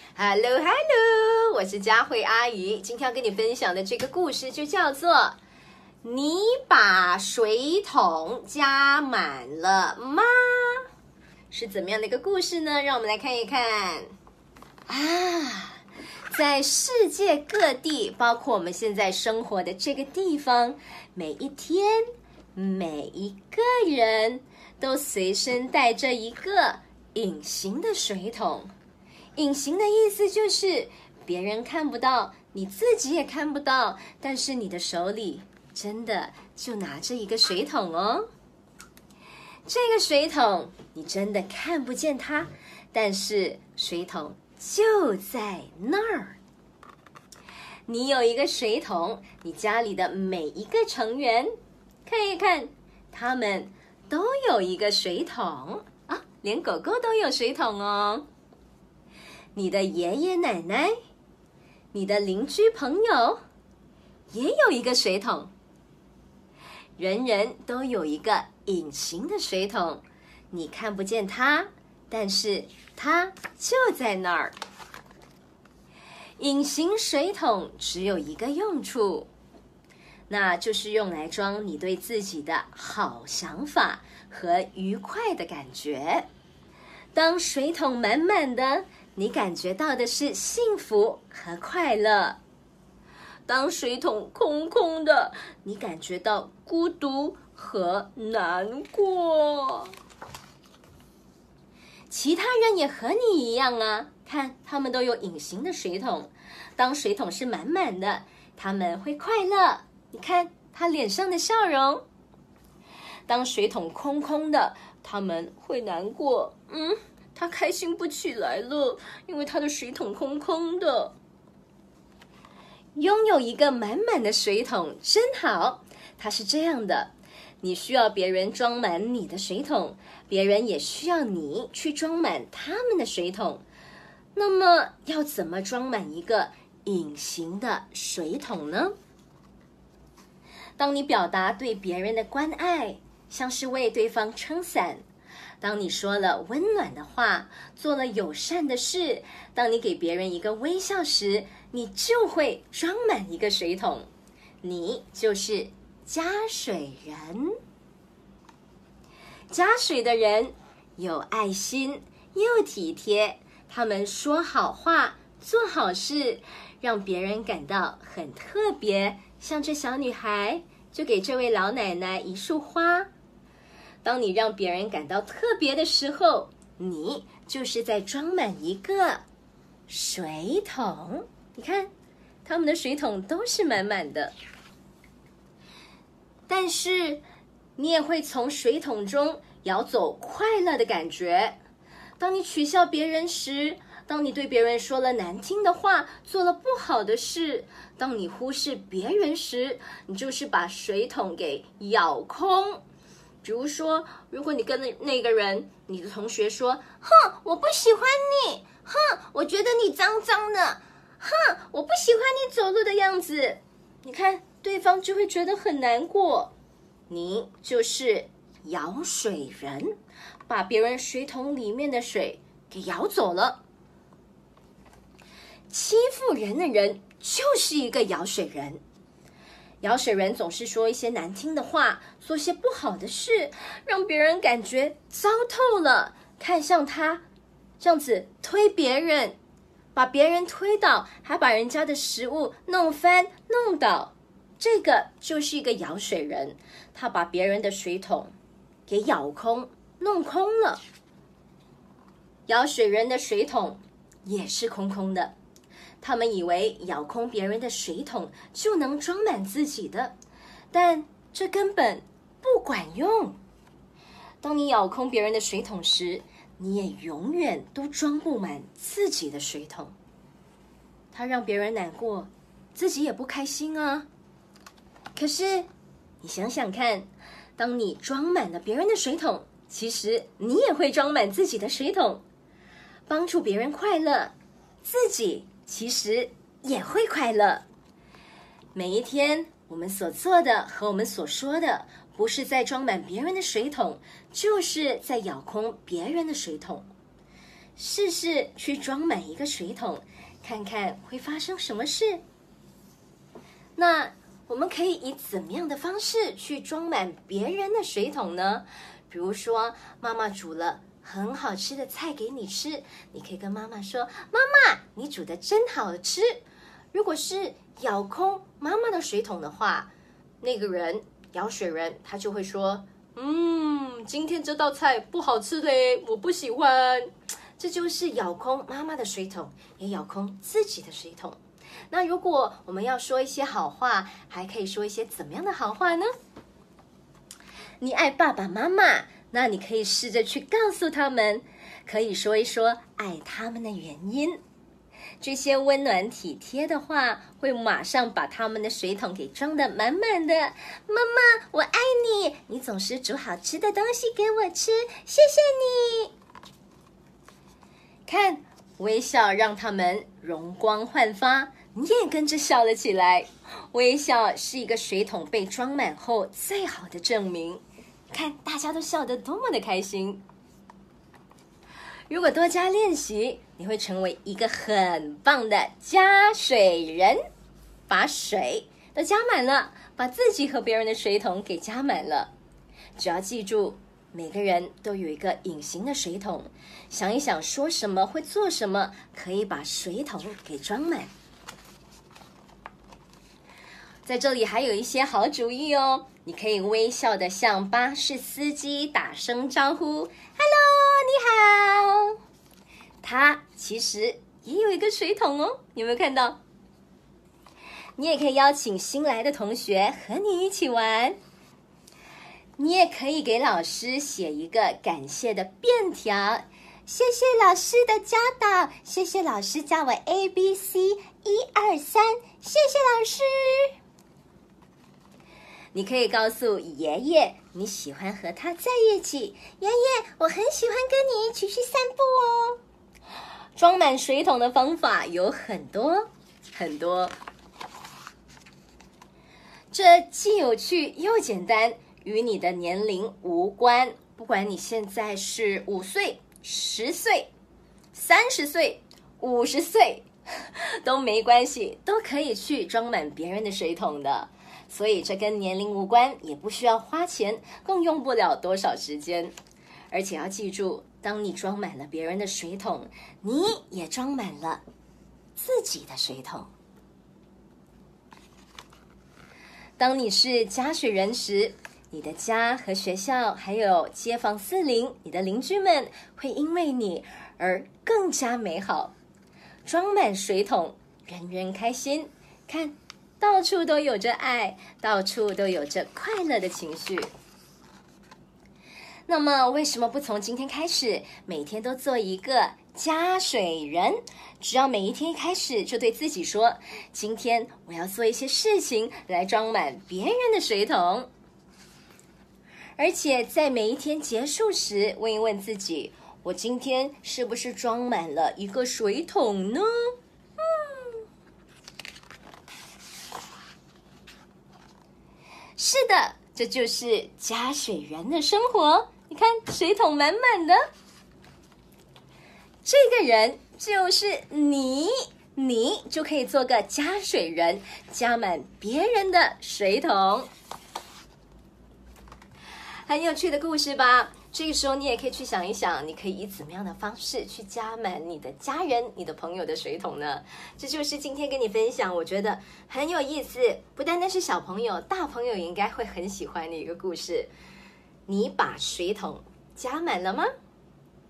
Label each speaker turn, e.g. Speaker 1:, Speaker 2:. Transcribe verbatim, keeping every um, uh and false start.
Speaker 1: Hello Hello， 我是佳慧阿姨。今天要跟你分享的这个故事就叫做你把水桶加满了吗？是怎么样的一个故事呢？让我们来看一看啊！在世界各地，包括我们现在生活的这个地方，每一天每一个人都随身带着一个隐形的水桶。隐形的意思就是别人看不到，你自己也看不到，但是你的手里真的就拿着一个水桶哦。这个水桶你真的看不见它，但是水桶就在那儿。你有一个水桶，你家里的每一个成员看一看，他们都有一个水桶啊，连狗狗都有水桶哦。你的爷爷奶奶，你的邻居朋友也有一个水桶，人人都有一个隐形的水桶，你看不见它，但是它就在那儿。隐形水桶只有一个用处，那就是用来装你对自己的好想法和愉快的感觉。当水桶满满的，你感觉到的是幸福和快乐。当水桶空空的，你感觉到孤独和难过。其他人也和你一样啊，看，他们都有隐形的水桶。当水桶是满满的，他们会快乐，你看他脸上的笑容。当水桶空空的，他们会难过，嗯，他开心不起来了，因为他的水桶空空的。拥有一个满满的水桶真好，它是这样的，你需要别人装满你的水桶，别人也需要你去装满他们的水桶。那么要怎么装满一个隐形的水桶呢？当你表达对别人的关爱，像是为对方撑伞，当你说了温暖的话，做了友善的事，当你给别人一个微笑时，你就会装满一个水桶。你就是加水人。加水的人有爱心又体贴，他们说好话做好事，让别人感到很特别。像这小女孩就给这位老奶奶一束花。当你让别人感到特别的时候，你就是在装满一个水桶。你看，他们的水桶都是满满的。但是你也会从水桶中舀走快乐的感觉。当你取笑别人时，当你对别人说了难听的话，做了不好的事，当你忽视别人时，你就是把水桶给舀空。比如说，如果你跟那个人，你的同学说，哼，我不喜欢你，哼，我觉得你脏脏的，哼，我不喜欢你走路的样子，你看，对方就会觉得很难过。你就是舀水人，把别人水桶里面的水给舀走了。欺负人的人就是一个舀水人。舀水人总是说一些难听的话，做些不好的事，让别人感觉糟透了。看向他，这样子推别人，把别人推倒，还把人家的食物弄翻弄倒，这个就是一个舀水人。他把别人的水桶给舀空，弄空了。舀水人的水桶也是空空的。他们以为舀空别人的水桶就能装满自己的，但这根本不管用。当你舀空别人的水桶时，你也永远都装不满自己的水桶。他让别人难过，自己也不开心啊。可是你想想看，当你装满了别人的水桶，其实你也会装满自己的水桶。帮助别人快乐，自己其实也会快乐。每一天我们所做的和我们所说的，不是在装满别人的水桶，就是在舀空别人的水桶。 试试去装满一个水桶，看看会发生什么事。那我们可以以怎么样的方式去装满别人的水桶呢？比如说，妈妈煮了很好吃的菜给你吃，你可以跟妈妈说：“妈妈，你煮的真好吃。”如果是舀空妈妈的水桶的话，那个人舀水人他就会说：“嗯，今天这道菜不好吃嘞，我不喜欢。”这就是舀空妈妈的水桶，也舀空自己的水桶。那如果我们要说一些好话，还可以说一些怎么样的好话呢？你爱爸爸妈妈，那你可以试着去告诉他们，可以说一说爱他们的原因。这些温暖体贴的话，会马上把他们的水桶给装得满满的。妈妈，我爱你，你总是煮好吃的东西给我吃，谢谢你。看，微笑让他们容光焕发，你也跟着笑了起来。微笑是一个水桶被装满后最好的证明。看，大家都笑得多么的开心。如果多加练习，你会成为一个很棒的加水人，把水都加满了，把自己和别人的水桶给加满了。只要记住，每个人都有一个隐形的水桶，想一想说什么会做什么，可以把水桶给装满。在这里还有一些好主意哦，你可以微笑的向巴士司机打声招呼 ，Hello， 你好。他其实也有一个水桶哦，有没有看到？你也可以邀请新来的同学和你一起玩。你也可以给老师写一个感谢的便条，谢谢老师的教导，谢谢老师教我 A B C 一二三，谢谢老师。你可以告诉爷爷你喜欢和他在一起，爷爷，我很喜欢跟你一起去散步哦。装满水桶的方法有很多很多，这既有趣又简单，与你的年龄无关。不管你现在是五岁、十岁、三十岁、五十岁都没关系，都可以去装满别人的水桶的。所以这跟年龄无关，也不需要花钱，更用不了多少时间。而且要记住，当你装满了别人的水桶，你也装满了自己的水桶。当你是加水人时，你的家和学校还有街坊四邻，你的邻居们会因为你而更加美好。装满水桶，人人开心。看，到处都有着爱，到处都有着快乐的情绪。那么为什么不从今天开始，每天都做一个加水人？只要每一天一开始就对自己说，今天我要做一些事情来装满别人的水桶。而且在每一天结束时，问一问自己，我今天是不是装满了一个水桶呢？嗯，是的，这就是加水人的生活。你看，水桶满满的，这个人就是你，你就可以做个加水人，加满别人的水桶。很有趣的故事吧？这个时候你也可以去想一想，你可以以怎么样的方式去加满你的家人、你的朋友的水桶呢？这就是今天跟你分享，我觉得很有意思，不单单是小朋友，大朋友也应该会很喜欢的一个故事。你把水桶加满了吗？